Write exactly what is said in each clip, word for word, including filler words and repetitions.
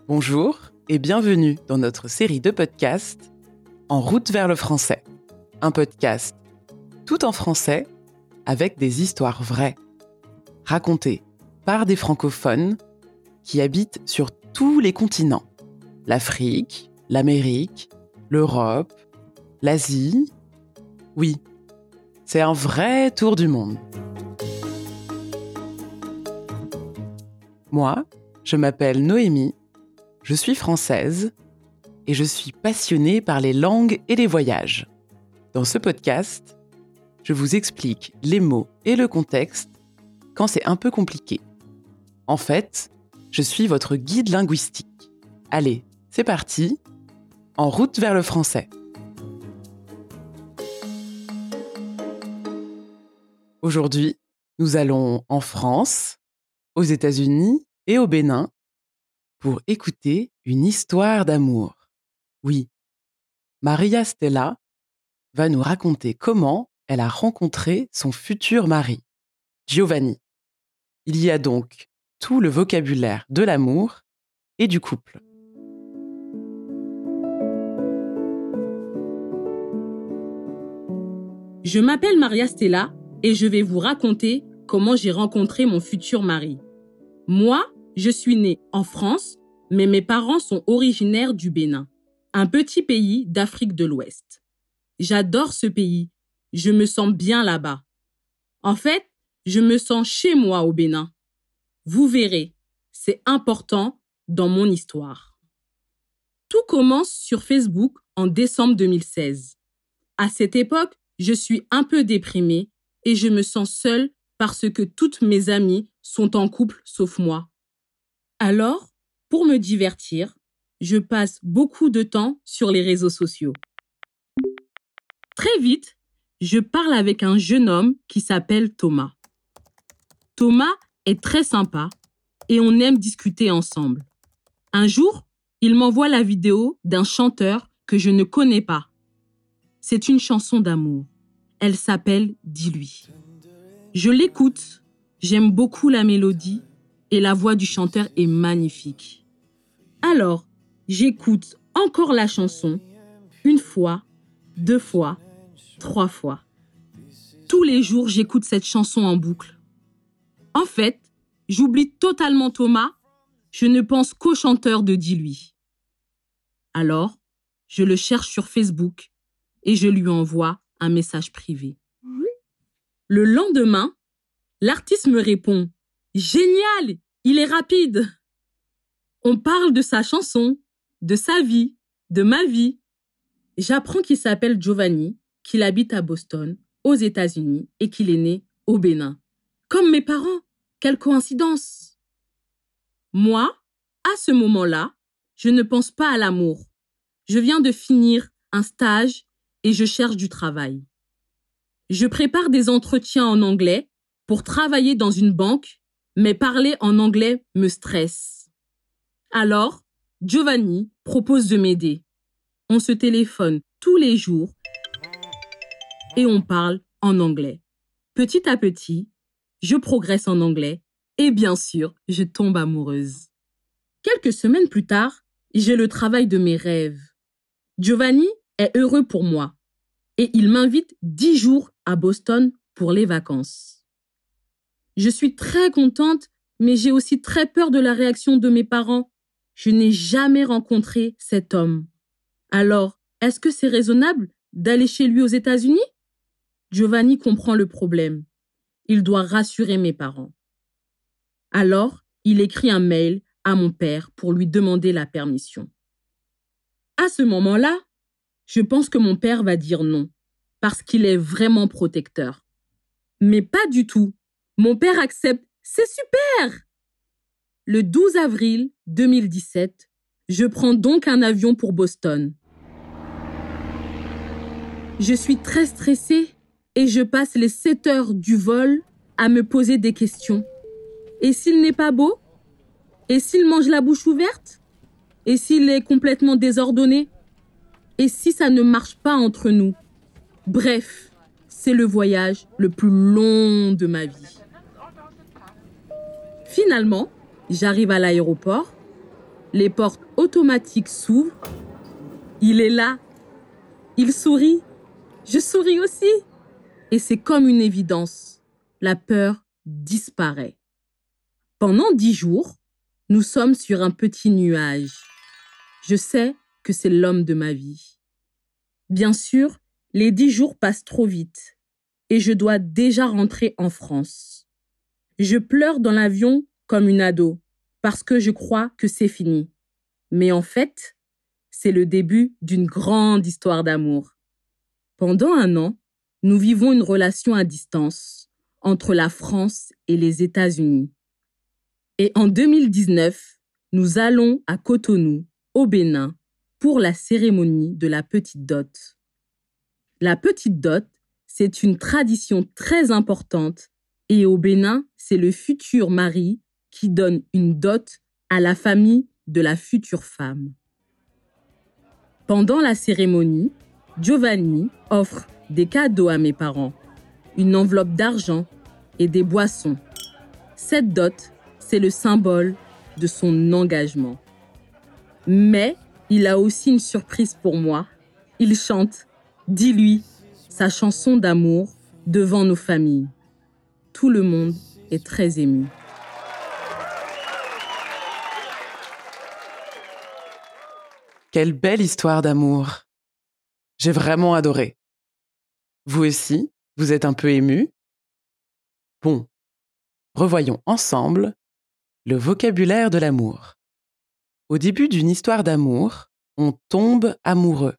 Bonjour et bienvenue dans notre série de podcasts En route vers le français. Un podcast tout en français avec des histoires vraies, racontées par des francophones qui habitent sur tous les continents. L'Afrique, l'Amérique, l'Europe, l'Asie. Oui, c'est un vrai tour du monde. Moi, je m'appelle Noémie, je suis française et je suis passionnée par les langues et les voyages. Dans ce podcast, je vous explique les mots et le contexte quand c'est un peu compliqué. En fait, je suis votre guide linguistique. Allez, c'est parti, en route vers le français. Aujourd'hui, nous allons en France, aux États-Unis et au Bénin pour écouter une histoire d'amour. Oui, Maria Stella va nous raconter comment elle a rencontré son futur mari, Giovanni. Il y a donc tout le vocabulaire de l'amour et du couple. Je m'appelle Maria Stella et je vais vous raconter comment j'ai rencontré mon futur mari. Moi, je suis née en France, mais mes parents sont originaires du Bénin, un petit pays d'Afrique de l'Ouest. J'adore ce pays, je me sens bien là-bas. En fait, je me sens chez moi au Bénin. Vous verrez, c'est important dans mon histoire. Tout commence sur Facebook en décembre deux mille seize. À cette époque, je suis un peu déprimée et je me sens seule parce que toutes mes amies sont en couple sauf moi. Alors, pour me divertir, je passe beaucoup de temps sur les réseaux sociaux. Très vite, je parle avec un jeune homme qui s'appelle Thomas. Thomas est très sympa et on aime discuter ensemble. Un jour, il m'envoie la vidéo d'un chanteur que je ne connais pas. C'est une chanson d'amour. Elle s'appelle « Dis-lui ». Je l'écoute, j'aime beaucoup la mélodie et la voix du chanteur est magnifique. Alors, j'écoute encore la chanson, une fois, deux fois, trois fois. Tous les jours, j'écoute cette chanson en boucle. En fait, j'oublie totalement Thomas, je ne pense qu'au chanteur de Dis-lui. Alors, je le cherche sur Facebook et je lui envoie un message privé. Le lendemain, l'artiste me répond « Génial, il est rapide !» On parle de sa chanson, de sa vie, de ma vie. J'apprends qu'il s'appelle Giovanni, qu'il habite à Boston, aux États-Unis et qu'il est né au Bénin. Comme mes parents, quelle coïncidence! Moi, à ce moment-là, je ne pense pas à l'amour. Je viens de finir un stage et je cherche du travail. Je prépare des entretiens en anglais pour travailler dans une banque, mais parler en anglais me stresse. Alors, Giovanni propose de m'aider. On se téléphone tous les jours et on parle en anglais. Petit à petit, je progresse en anglais et bien sûr, je tombe amoureuse. Quelques semaines plus tard, j'ai le travail de mes rêves. Giovanni est heureux pour moi et il m'invite dix jours à Boston pour les vacances. Je suis très contente, mais j'ai aussi très peur de la réaction de mes parents. Je n'ai jamais rencontré cet homme. Alors, est-ce que c'est raisonnable d'aller chez lui aux États-Unis? Giovanni comprend le problème. Il doit rassurer mes parents. Alors, il écrit un mail à mon père pour lui demander la permission. À ce moment-là, je pense que mon père va dire non, parce qu'il est vraiment protecteur. Mais pas du tout. Mon père accepte. C'est super! Le douze avril deux mille dix-sept, je prends donc un avion pour Boston. Je suis très stressée et je passe les sept heures du vol à me poser des questions. Et s'il n'est pas beau? Et s'il mange la bouche ouverte? Et s'il est complètement désordonné? Et si ça ne marche pas entre nous? Bref, c'est le voyage le plus long de ma vie. Finalement, j'arrive à l'aéroport les portes automatiques s'ouvrent. Il est là. Il sourit. Je souris aussi. Et c'est comme une évidence. La peur disparaît. Pendant dix jours, nous sommes sur un petit nuage. Je sais que c'est l'homme de ma vie. Bien sûr, les dix jours passent trop vite et je dois déjà rentrer en France. Je pleure dans l'avion comme une ado parce que je crois que c'est fini. Mais en fait, c'est le début d'une grande histoire d'amour. Pendant un an, nous vivons une relation à distance entre la France et les États-Unis. Et en deux mille dix-neuf, nous allons à Cotonou, au Bénin, pour la cérémonie de la petite dot. La petite dot, c'est une tradition très importante et au Bénin, c'est le futur mari qui donne une dot à la famille de la future femme. Pendant la cérémonie, Giovanni offre des cadeaux à mes parents, une enveloppe d'argent et des boissons. Cette dot, c'est le symbole de son engagement. Mais il a aussi une surprise pour moi. Il chante « Dis-lui » sa chanson d'amour devant nos familles. Tout le monde est très ému. Quelle belle histoire d'amour. J'ai vraiment adoré. Vous aussi, vous êtes un peu ému? Bon, revoyons ensemble le vocabulaire de l'amour. Au début d'une histoire d'amour, on tombe amoureux.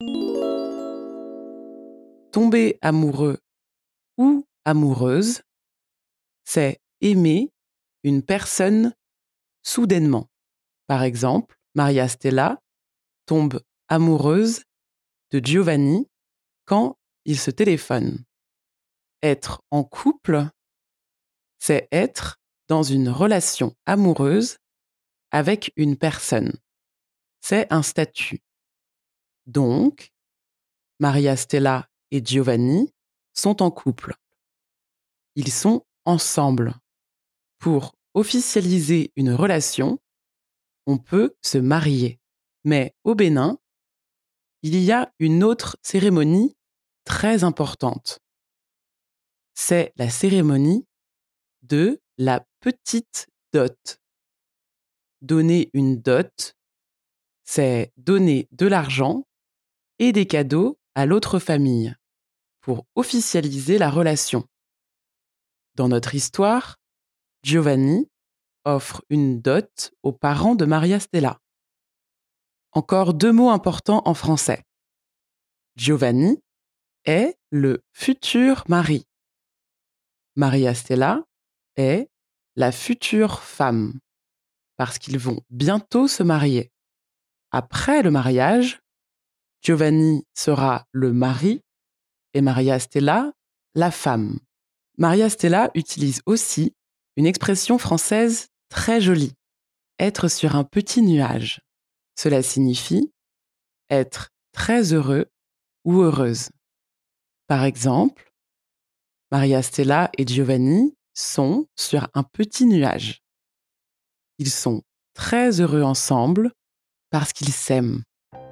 Tomber amoureux ou amoureuse, c'est aimer une personne soudainement. Par exemple, Maria Stella tombe amoureuse de Giovanni quand ils se téléphonent. Être en couple, c'est être dans une relation amoureuse avec une personne. C'est un statut. Donc, Maria Stella et Giovanni sont en couple. Ils sont ensemble. Pour officialiser une relation, on peut se marier. Mais au Bénin, il y a une autre cérémonie très importante. C'est la cérémonie de la petite dot. Donner une dot, c'est donner de l'argent et des cadeaux à l'autre famille pour officialiser la relation. Dans notre histoire, Giovanni offre une dot aux parents de Maria Stella. Encore deux mots importants en français. Giovanni est le futur mari. Maria Stella est la future femme, parce qu'ils vont bientôt se marier. Après le mariage, Giovanni sera le mari et Maria Stella la femme. Maria Stella utilise aussi une expression française très jolie, être sur un petit nuage. Cela signifie être très heureux ou heureuse. Par exemple, Maria Stella et Giovanni sont sur un petit nuage. Ils sont très heureux ensemble parce qu'ils s'aiment.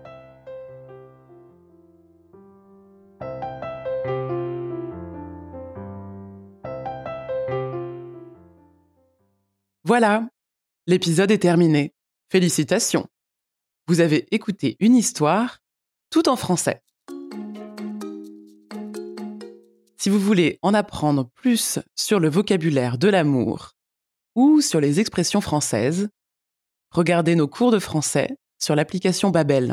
Voilà, l'épisode est terminé. Félicitations! Vous avez écouté une histoire, tout en français. Si vous voulez en apprendre plus sur le vocabulaire de l'amour ou sur les expressions françaises, regardez nos cours de français sur l'application Babel.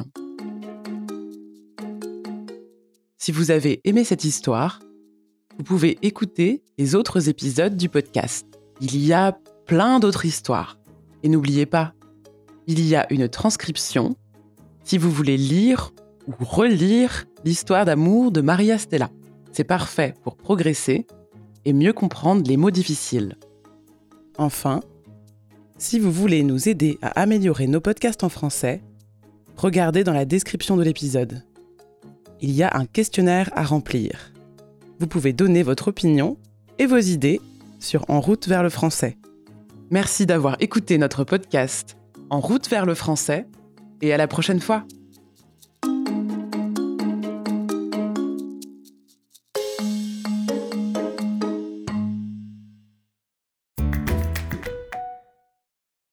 Si vous avez aimé cette histoire, vous pouvez écouter les autres épisodes du podcast. Il y a plein d'autres histoires. Et n'oubliez pas, il y a une transcription si vous voulez lire ou relire l'histoire d'amour de Maria Stella. C'est parfait pour progresser et mieux comprendre les mots difficiles. Enfin, si vous voulez nous aider à améliorer nos podcasts en français, regardez dans la description de l'épisode. Il y a un questionnaire à remplir. Vous pouvez donner votre opinion et vos idées sur En route vers le français. Merci d'avoir écouté notre podcast En route vers le français et à la prochaine fois.